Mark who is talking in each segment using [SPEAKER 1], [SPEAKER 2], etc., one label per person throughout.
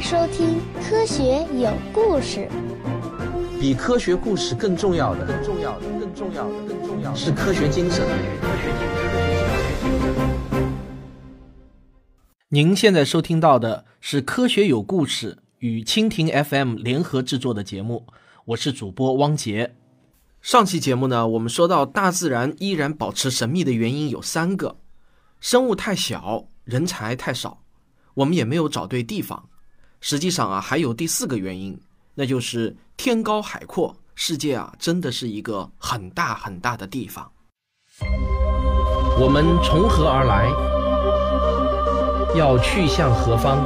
[SPEAKER 1] 收听科学有故事。
[SPEAKER 2] 比科学故事更重要的是科学精神。您现在收听到的是科学有故事与蜻蜓 FM 联合制作的节目，我是主播汪杰。上期节目呢，我们说到大自然依然保持神秘的原因有3个：生物太小，人才太少，我们也没有找对地方。实际上啊，还有第4个原因，那就是天高海阔，世界啊真的是一个很大很大的地方。我们从何而来？要去向何方？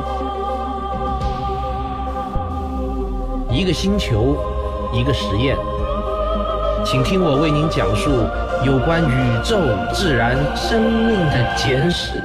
[SPEAKER 2] 一个星球，一个实验，请听我为您讲述有关宇宙、自然、生命的简史。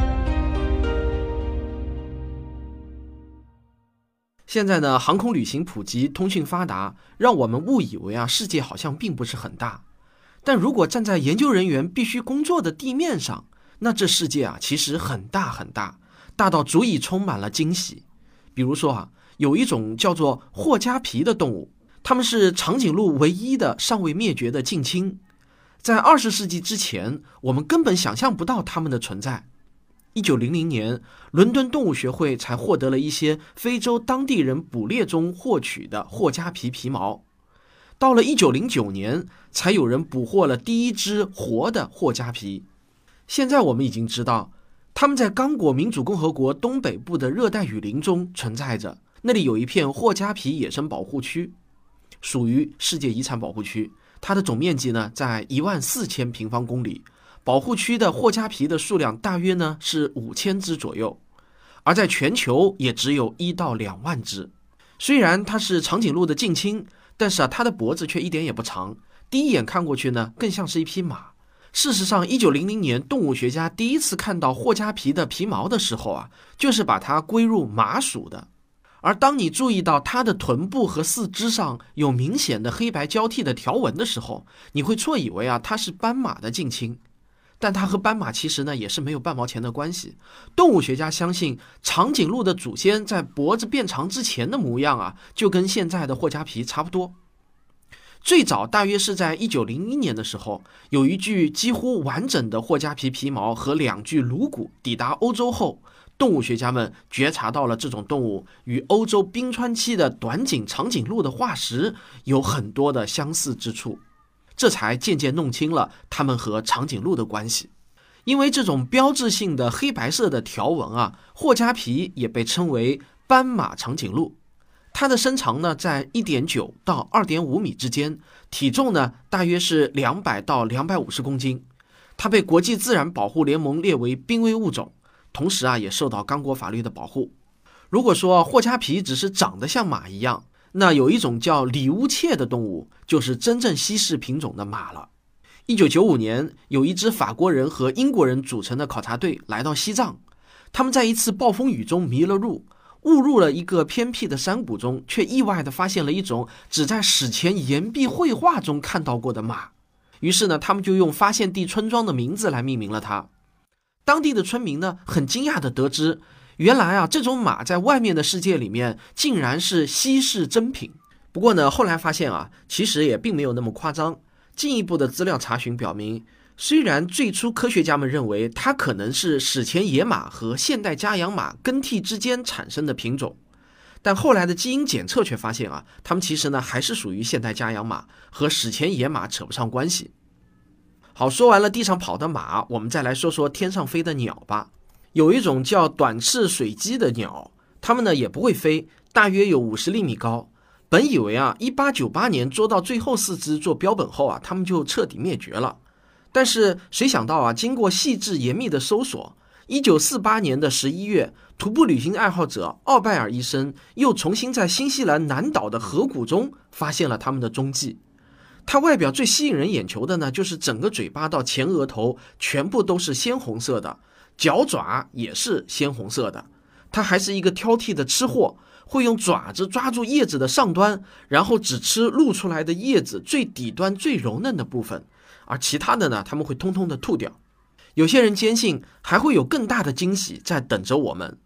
[SPEAKER 2] 现在呢，航空旅行普及，通讯发达，让我们误以为啊，世界好像并不是很大。但如果站在研究人员必须工作的地面上，那这世界啊，其实很大很大，大到足以充满了惊喜。比如说啊，有一种叫做霍加皮的动物，它们是长颈鹿唯一的尚未灭绝的近亲。在20世纪之前，我们根本想象不到它们的存在。1900年，伦敦动物学会才获得了一些非洲当地人捕猎中获取的霍加皮皮毛。到了1909年，才有人捕获了第一只活的霍加皮。现在我们已经知道，它们在刚果民主共和国东北部的热带雨林中存在着，那里有一片霍加皮野生保护区，属于世界遗产保护区。它的总面积呢，在14000平方公里。保护区的霍加皮的数量大约呢是5000只左右，而在全球也只有1到2万只。虽然它是长颈鹿的近亲，但是它的脖子却一点也不长，第一眼看过去呢，更像是一匹马。事实上，1900年动物学家第一次看到霍加皮的皮毛的时候啊，就是把它归入马属的。而当你注意到它的臀部和四肢上有明显的黑白交替的条纹的时候，你会错以为啊，它是斑马的近亲。但它和斑马其实呢也是没有半毛钱的关系。动物学家相信，长颈鹿的祖先在脖子变长之前的模样啊，就跟现在的霍加皮差不多。最早大约是在1901年的时候，有一具几乎完整的霍加皮皮毛和2具颅骨抵达欧洲后，动物学家们觉察到了这种动物与欧洲冰川期的短颈长颈鹿的化石有很多的相似之处。这才渐渐弄清了它们和长颈鹿的关系。因为这种标志性的黑白色的条纹啊，霍加皮也被称为斑马长颈鹿。它的身长呢在 1.9 到 2.5 米之间，体重呢大约是200到250公斤。它被国际自然保护联盟列为濒危物种，同时啊也受到刚果法律的保护。如果说霍加皮只是长得像马一样，那有一种叫里乌切的动物，就是真正西式品种的马了。1995年，有一支法国人和英国人组成的考察队来到西藏，他们在一次暴风雨中迷了路，误入了一个偏僻的山谷中，却意外地发现了一种只在史前岩壁绘画中看到过的马。于是呢，他们就用发现地村庄的名字来命名了它。当地的村民呢，很惊讶地得知，原来啊，这种马在外面的世界里面竟然是稀世珍品。不过呢，后来发现啊，其实也并没有那么夸张。进一步的资料查询表明，虽然最初科学家们认为它可能是史前野马和现代家养马更替之间产生的品种，但后来的基因检测却发现啊，它们其实呢还是属于现代家养马，和史前野马扯不上关系。好，说完了地上跑的马，我们再来说说天上飞的鸟吧。有一种叫短翅水鸡的鸟，它们呢也不会飞，大约有50厘米高。本以为啊，1898年捉到最后4只做标本后啊，它们就彻底灭绝了。但是谁想到啊，经过细致严密的搜索，1948年的11月，徒步旅行爱好者奥拜尔医生又重新在新西兰南岛的河谷中发现了它们的踪迹。它外表最吸引人眼球的呢，就是整个嘴巴到前额头全部都是鲜红色的，脚爪也是鲜红色的。它还是一个挑剔的吃货，会用爪子抓住叶子的上端，然后只吃露出来的叶子最底端最柔嫩的部分，而其他的呢，他们会通通的吐掉。有些人坚信还会有更大的惊喜在等着我们。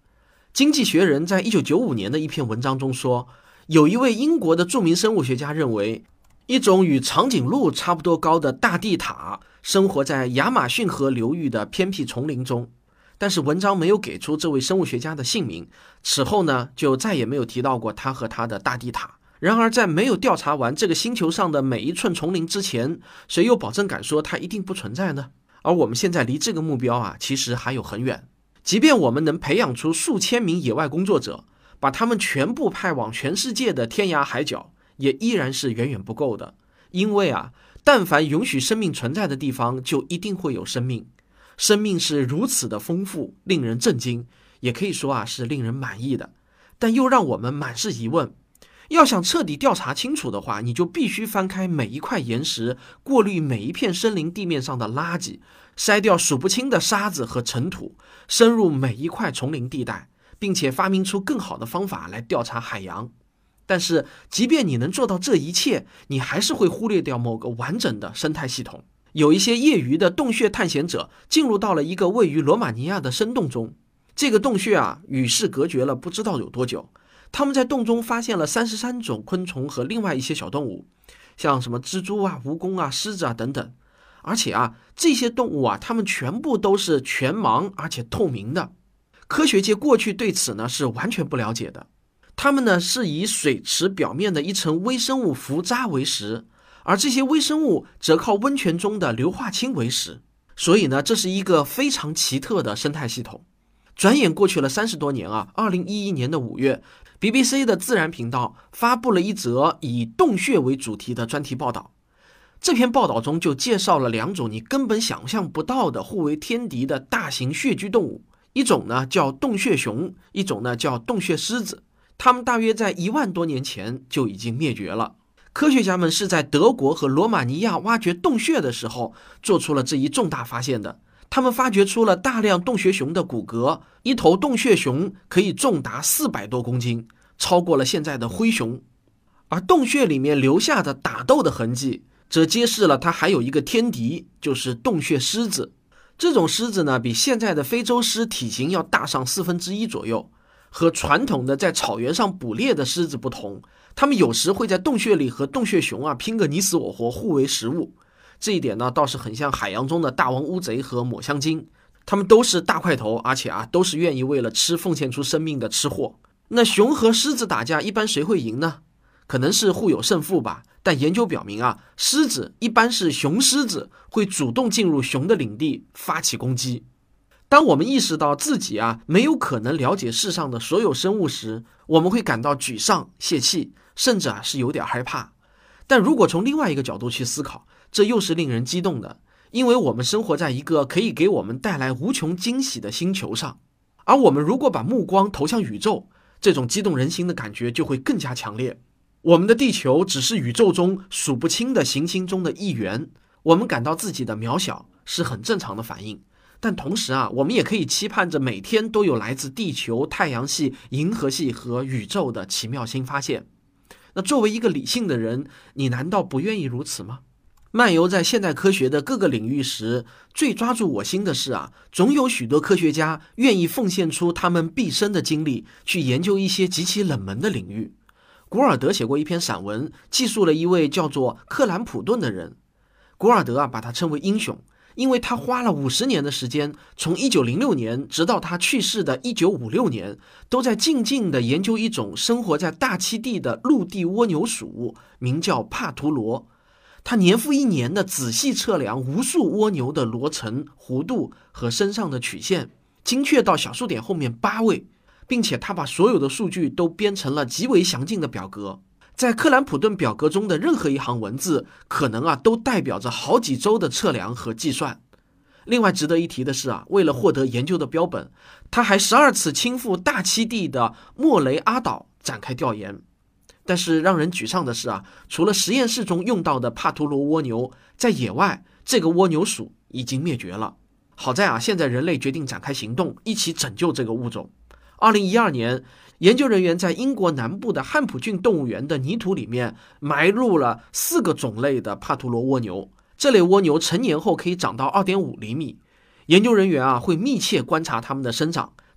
[SPEAKER 2] 经济学人在1995年的一篇文章中说，有一位英国的著名生物学家认为，一种与长颈鹿差不多高的大地塔生活在亚马逊河流域的偏僻丛林中。但是文章没有给出这位生物学家的姓名，此后呢就再也没有提到过他和他的大地塔。然而在没有调查完这个星球上的每一寸丛林之前，谁有保证敢说它一定不存在呢？而我们现在离这个目标其实还有很远。即便我们能培养出数千名野外工作者，把他们全部派往全世界的天涯海角，也依然是远远不够的。因为但凡允许生命存在的地方，就一定会有生命。生命是如此的丰富，令人震惊，也可以说是令人满意的，但又让我们满是疑问。要想彻底调查清楚的话，你就必须翻开每一块岩石，过滤每一片森林地面上的垃圾，筛掉数不清的沙子和尘土，深入每一块丛林地带，并且发明出更好的方法来调查海洋。但是即便你能做到这一切，你还是会忽略掉某个完整的生态系统。有一些业余的洞穴探险者进入到了一个位于罗马尼亚的深洞中，这个洞穴与世隔绝了不知道有多久。他们在洞中发现了33种昆虫和另外一些小动物，像什么蜘蛛蜈蚣狮子等等。而且这些动物它们全部都是全盲而且透明的。科学界过去对此呢是完全不了解的。它们呢是以水池表面的一层微生物浮渣为食，而这些微生物则靠温泉中的硫化氢为食。所以呢，这是一个非常奇特的生态系统。转眼过去了30多年2011年的5月，BBC 的自然频道发布了一则以洞穴为主题的专题报道。这篇报道中就介绍了2种你根本想象不到的互为天敌的大型穴居动物，一种呢叫洞穴熊，一种呢叫洞穴狮子。它们大约在1万多年前就已经灭绝了。科学家们是在德国和罗马尼亚挖掘洞穴的时候做出了这一重大发现的。他们发掘出了大量洞穴熊的骨骼，一头洞穴熊可以重达400多公斤，超过了现在的灰熊。而洞穴里面留下的打斗的痕迹，则揭示了它还有一个天敌，就是洞穴狮子。这种狮子呢，比现在的非洲狮体型要大上1/4左右。和传统的在草原上捕猎的狮子不同，它们有时会在洞穴里和洞穴熊拼个你死我活，互为食物。这一点呢，倒是很像海洋中的大王乌贼和抹香鲸，它们都是大块头，而且都是愿意为了吃奉献出生命的吃货。那熊和狮子打架，一般谁会赢呢？可能是互有胜负吧，但研究表明狮子一般是雄狮子会主动进入熊的领地发起攻击。当我们意识到自己没有可能了解世上的所有生物时，我们会感到沮丧、泄气，甚至是有点害怕。但如果从另外一个角度去思考，这又是令人激动的，因为我们生活在一个可以给我们带来无穷惊喜的星球上。而我们如果把目光投向宇宙，这种激动人心的感觉就会更加强烈。我们的地球只是宇宙中数不清的行星中的一员，我们感到自己的渺小是很正常的反应。但同时我们也可以期盼着每天都有来自地球、太阳系、银河系和宇宙的奇妙新发现。那作为一个理性的人，你难道不愿意如此吗？漫游在现代科学的各个领域时，最抓住我心的是总有许多科学家愿意奉献出他们毕生的精力去研究一些极其冷门的领域。古尔德写过一篇散文，记述了一位叫做克兰普顿的人。古尔德把他称为英雄，因为他花了50年的时间，从1906年直到他去世的1956年，都在静静地研究一种生活在大栖地的陆地蜗牛属，名叫帕图罗。他年复一年地仔细测量无数蜗牛的罗层、弧度和身上的曲线，精确到小数点后面8位，并且他把所有的数据都编成了极为详尽的表格。在克兰普顿表格中的任何一行文字，可能都代表着好几周的测量和计算。另外值得一提的是为了获得研究的标本，他还12次亲赴大栖地的莫雷阿岛展开调研。但是让人沮丧的是除了实验室中用到的帕图罗蜗牛，在野外这个蜗牛属已经灭绝了。好在现在人类决定展开行动，一起拯救这个物种。2012年，研究人员在英国南部的汉普郡动物园的泥土里面埋入了4个种类的帕图罗蜗牛。这类蜗牛成年后可以长到2.5厘米。研究人员会密切观察它们的生长，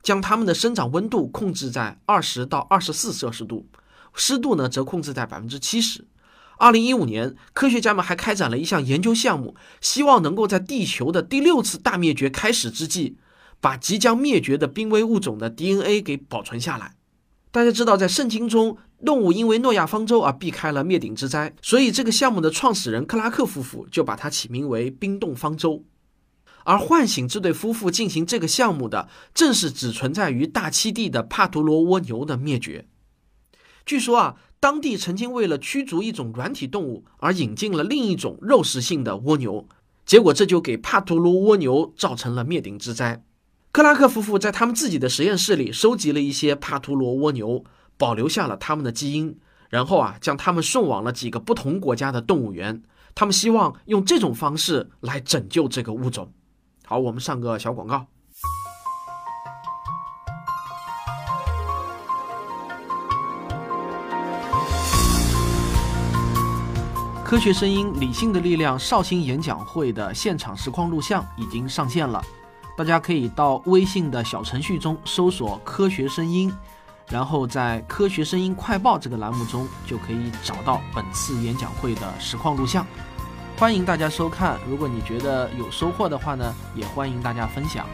[SPEAKER 2] 将它们的生长温度控制在20到24摄氏度，湿度呢则控制在70%。2015年，科学家们还开展了一项研究项目，希望能够在地球的第6次大灭绝开始之际，把即将灭绝的濒危物种的 DNA 给保存下来。大家知道，在圣经中，动物因为诺亚方舟而避开了灭顶之灾，所以这个项目的创始人克拉克夫妇就把它起名为冰冻方舟。而唤醒这对夫妇进行这个项目的，正是只存在于大栖地的帕图罗蜗牛的灭绝。据说当地曾经为了驱逐一种软体动物而引进了另一种肉食性的蜗牛，结果这就给帕图罗蜗牛造成了灭顶之灾。克拉克夫妇在他们自己的实验室里收集了一些帕图罗蜗牛，保留下了他们的基因，然后将他们送往了几个不同国家的动物园，他们希望用这种方式来拯救这个物种。好，我们上个小广告。科学声音理性的力量绍兴演讲会的现场实况录像已经上线了，大家可以到微信的小程序中搜索科学声音，然后在科学声音快报这个栏目中就可以找到本次演讲会的实况录像。欢迎大家收看，如果你觉得有收获的话呢，也欢迎大家分享。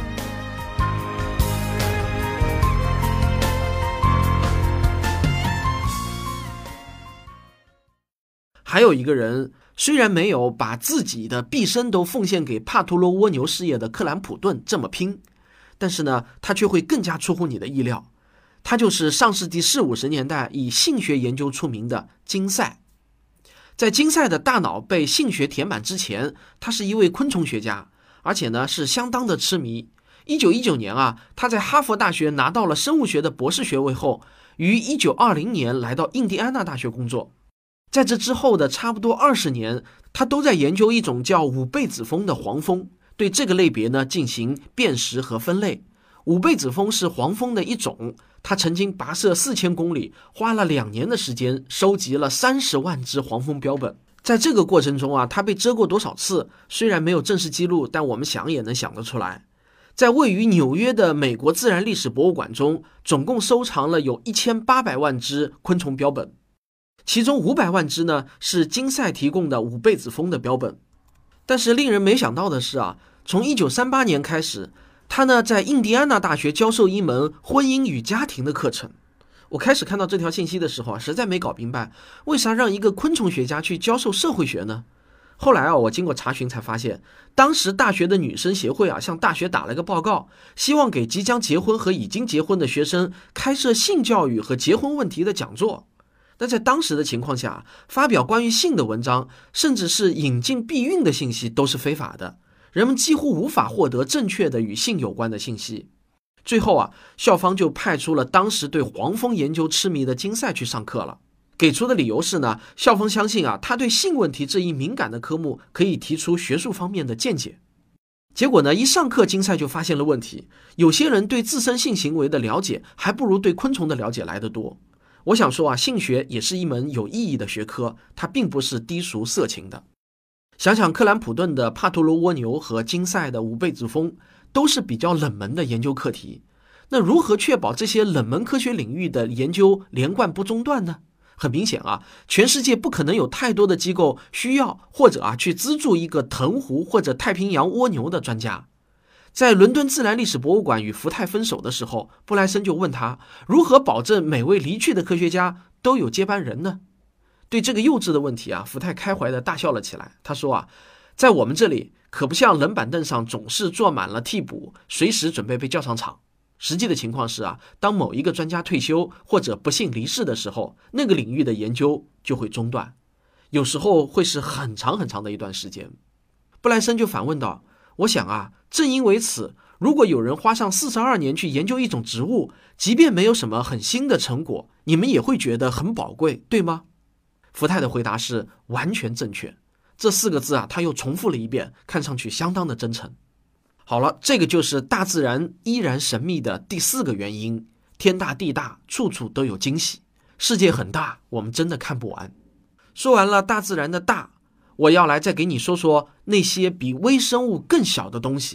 [SPEAKER 2] 还有一个人，虽然没有把自己的毕生都奉献给帕图罗蜗牛事业的克兰普顿这么拼，但是呢，他却会更加出乎你的意料。他就是上世纪40-50年代以性学研究出名的金赛。在金赛的大脑被性学填满之前，他是一位昆虫学家，而且呢是相当的痴迷。1919年他在哈佛大学拿到了生物学的博士学位后，于1920年来到印第安纳大学工作。在这之后的差不多20年，他都在研究一种叫五倍子蜂的黄蜂，对这个类别呢进行辨识和分类。五倍子蜂是黄蜂的一种，他曾经跋涉4000公里，花了2年的时间，收集了30万只黄蜂标本。在这个过程中他被蛰过多少次，虽然没有正式记录，但我们想也能想得出来。在位于纽约的美国自然历史博物馆中，总共收藏了有1800万只昆虫标本，其中500万只呢是金赛提供的五倍子蜂的标本。但是令人没想到的是从1938年开始，他呢在印第安纳大学教授一门婚姻与家庭的课程。我开始看到这条信息的时候实在没搞明白，为啥让一个昆虫学家去教授社会学呢？后来我经过查询才发现，当时大学的女生协会向大学打了个报告，希望给即将结婚和已经结婚的学生开设性教育和结婚问题的讲座。那在当时的情况下，发表关于性的文章，甚至是引进避孕的信息都是非法的，人们几乎无法获得正确的与性有关的信息。最后校方就派出了当时对黄蜂研究痴迷的金赛去上课了。给出的理由是呢，校方相信他对性问题这一敏感的科目可以提出学术方面的见解。结果呢，一上课金赛就发现了问题，有些人对自身性行为的了解还不如对昆虫的了解来得多。我想说性学也是一门有意义的学科，它并不是低俗色情的。想想克兰普顿的帕图罗蜗牛和金赛的五倍子蜂都是比较冷门的研究课题，那如何确保这些冷门科学领域的研究连贯不中断呢？很明显全世界不可能有太多的机构需要或者去资助一个藤壶或者太平洋蜗牛的专家。在伦敦自然历史博物馆与福泰分手的时候，布莱森就问他如何保证每位离去的科学家都有接班人呢？对这个幼稚的问题福泰开怀地大笑了起来。他说在我们这里可不像冷板凳上总是坐满了替补，随时准备被叫上场。实际的情况是当某一个专家退休或者不幸离世的时候，那个领域的研究就会中断，有时候会是很长很长的一段时间。布莱森就反问道，我想正因为此，如果有人花上42年去研究一种植物，即便没有什么很新的成果，你们也会觉得很宝贵，对吗？福泰的回答是完全正确，这4个字他又重复了一遍，看上去相当的真诚。好了，这个就是大自然依然神秘的第4个原因，天大地大，处处都有惊喜。世界很大，我们真的看不完。说完了大自然的大，我要来再给你说说那些比微生物更小的东西，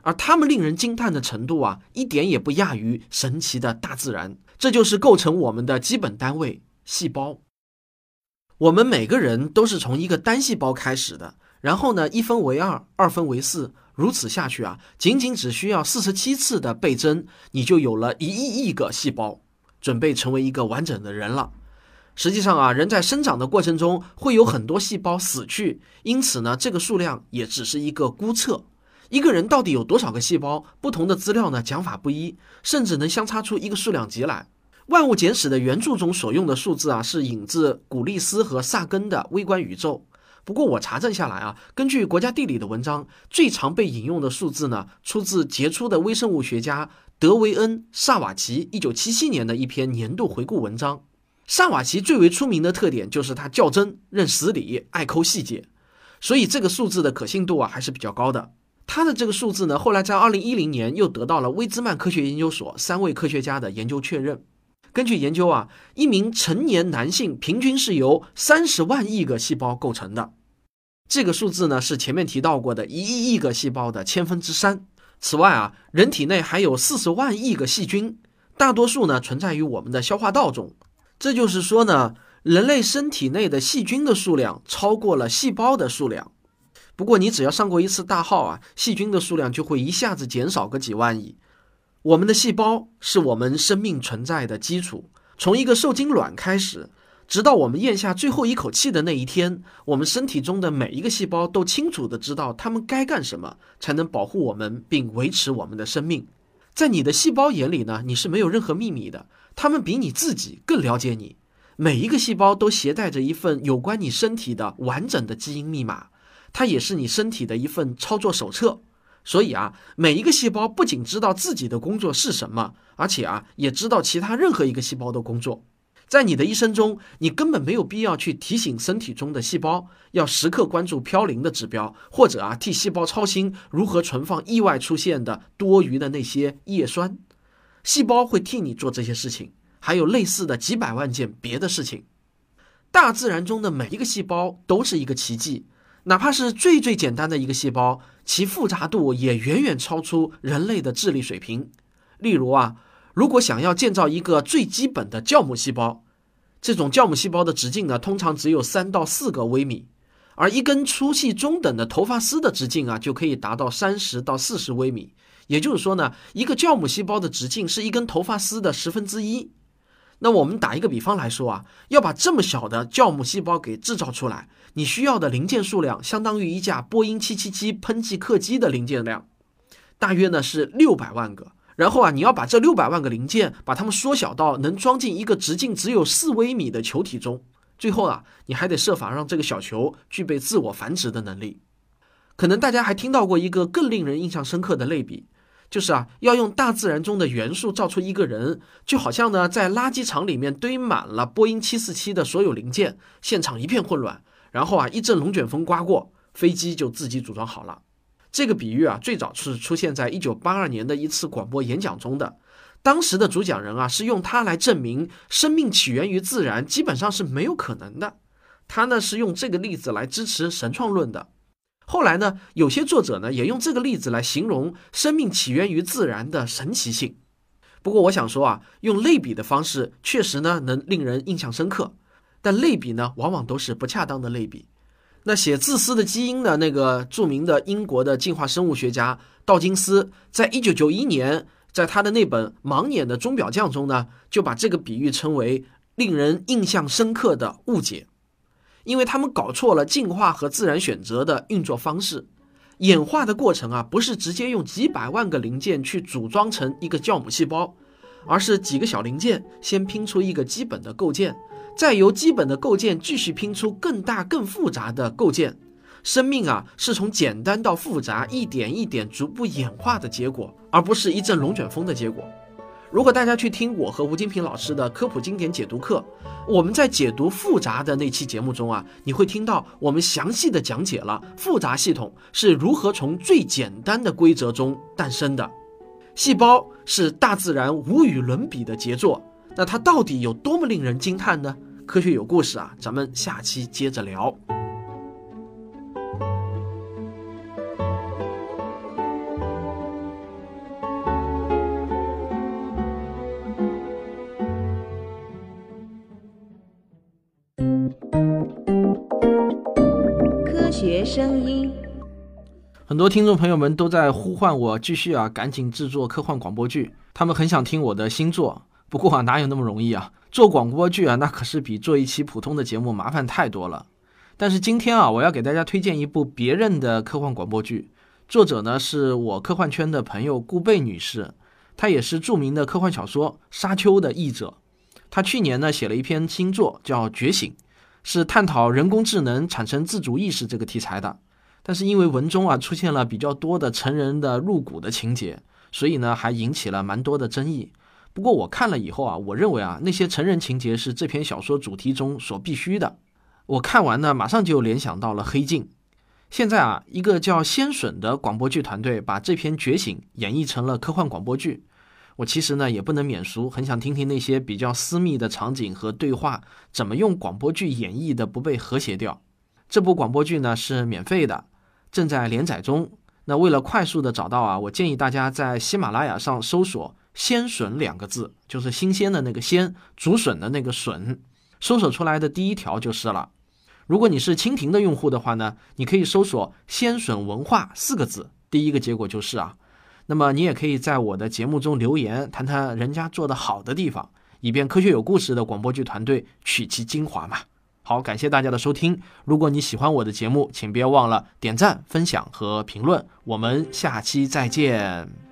[SPEAKER 2] 而它们令人惊叹的程度啊，一点也不亚于神奇的大自然。这就是构成我们的基本单位——细胞。我们每个人都是从一个单细胞开始的，然后呢，一分为二，二分为四，如此下去啊，仅仅只需要47次的倍增，你就有了1亿个细胞，准备成为一个完整的人了。实际上啊，人在生长的过程中会有很多细胞死去，因此呢，这个数量也只是一个估测。一个人到底有多少个细胞，不同的资料呢讲法不一，甚至能相差出一个数量级来。万物简史的原著中所用的数字啊，是引自古利斯和萨根的微观宇宙。不过我查证下来啊，根据国家地理的文章，最常被引用的数字呢，出自杰出的微生物学家德维恩·萨瓦奇1977年的一篇年度回顾文章。萨瓦奇最为出名的特点就是他较真、认死理、爱抠细节，所以这个数字的可信度啊还是比较高的。他的这个数字呢，后来在2010年又得到了威兹曼科学研究所3位科学家的研究确认。根据研究啊，一名成年男性平均是由30万亿个细胞构成的。这个数字呢，是前面提到过的1亿个细胞的3/1000。此外啊，人体内还有40万亿个细菌，大多数呢存在于我们的消化道中。这就是说呢，人类身体内的细菌的数量超过了细胞的数量。不过你只要上过一次大号啊，细菌的数量就会一下子减少个几万亿。我们的细胞是我们生命存在的基础，从一个受精卵开始，直到我们咽下最后一口气的那一天，我们身体中的每一个细胞都清楚地知道它们该干什么，才能保护我们并维持我们的生命。在你的细胞眼里呢，你是没有任何秘密的，它们比你自己更了解你。每一个细胞都携带着一份有关你身体的完整的基因密码，它也是你身体的一份操作手册。所以啊，每一个细胞不仅知道自己的工作是什么，而且啊，也知道其他任何一个细胞的工作。在你的一生中，你根本没有必要去提醒身体中的细胞要时刻关注嘌呤的指标，或者啊，替细胞操心如何存放意外出现的多余的那些叶酸。细胞会替你做这些事情，还有类似的几百万件别的事情。大自然中的每一个细胞都是一个奇迹，哪怕是最简单的一个细胞，其复杂度也远远超出人类的智力水平。例如啊，如果想要建造一个最基本的酵母细胞，这种酵母细胞的直径呢，通常只有3到4个微米，而一根粗细中等的头发丝的直径啊，就可以达到30到40微米。也就是说呢，一个酵母细胞的直径是一根头发丝的1/10。那我们打一个比方来说啊，要把这么小的酵母细胞给制造出来，你需要的零件数量相当于一架波音777喷气客机的零件量，大约呢是600万个。然后啊，你要把这600万个零件，把它们缩小到能装进一个直径只有4微米的球体中。最后啊，你还得设法让这个小球具备自我繁殖的能力。可能大家还听到过一个更令人印象深刻的类比，就是啊，要用大自然中的元素造出一个人，就好像呢，在垃圾场里面堆满了波音747的所有零件，现场一片混乱，然后啊，一阵龙卷风刮过，飞机就自己组装好了。这个比喻啊，最早是出现在1982年的一次广播演讲中的。当时的主讲人啊，是用它来证明生命起源于自然基本上是没有可能的。他呢是用这个例子来支持神创论的。后来呢，有些作者呢也用这个例子来形容生命起源于自然的神奇性。不过我想说啊，用类比的方式确实呢能令人印象深刻，但类比呢往往都是不恰当的类比。那写自私的基因的那个著名的英国的进化生物学家道金斯，在1991年在他的那本《盲眼的钟表匠》中呢，就把这个比喻称为令人印象深刻的误解。因为他们搞错了进化和自然选择的运作方式。演化的过程啊，不是直接用几百万个零件去组装成一个酵母细胞，而是几个小零件先拼出一个基本的构件，再由基本的构件继续拼出更大更复杂的构件。生命啊，是从简单到复杂一点一点逐步演化的结果，而不是一阵龙卷风的结果。如果大家去听我和吴金平老师的科普经典解读课，我们在解读复杂的那期节目中啊，你会听到我们详细的讲解了复杂系统是如何从最简单的规则中诞生的。细胞是大自然无与伦比的杰作，那它到底有多么令人惊叹呢？科学有故事啊，咱们下期接着聊。
[SPEAKER 3] 声音。
[SPEAKER 2] 很多听众朋友们都在呼唤我继续赶紧制作科幻广播剧，他们很想听我的新作。不过哪有那么容易啊？做广播剧那可是比做一期普通的节目麻烦太多了。但是今天我要给大家推荐一部别人的科幻广播剧，作者呢是我科幻圈的朋友顾贝女士，她也是著名的科幻小说《沙丘》的译者。她去年呢写了一篇新作叫《觉醒》，是探讨人工智能产生自主意识这个题材的。但是因为文中出现了比较多的成人的入骨的情节，所以呢还引起了蛮多的争议。不过我看了以后我认为那些成人情节是这篇小说主题中所必须的。我看完呢马上就联想到了黑镜。现在一个叫先笋的广播剧团队把这篇觉醒演绎成了科幻广播剧。我其实呢也不能免俗，很想听听那些比较私密的场景和对话怎么用广播剧演绎的不被和谐掉。这部广播剧呢是免费的，正在连载中。那为了快速的找到我建议大家在喜马拉雅上搜索鲜笋2个字，就是新鲜的那个鲜，竹笋的那个笋，搜索出来的第一条就是了。如果你是蜻蜓的用户的话呢，你可以搜索鲜笋文化4个字，第一个结果就是那么你也可以在我的节目中留言，谈谈人家做的好的地方，以便科学有故事的广播剧团队取其精华嘛。好，感谢大家的收听。如果你喜欢我的节目，请别忘了点赞、分享和评论。我们下期再见。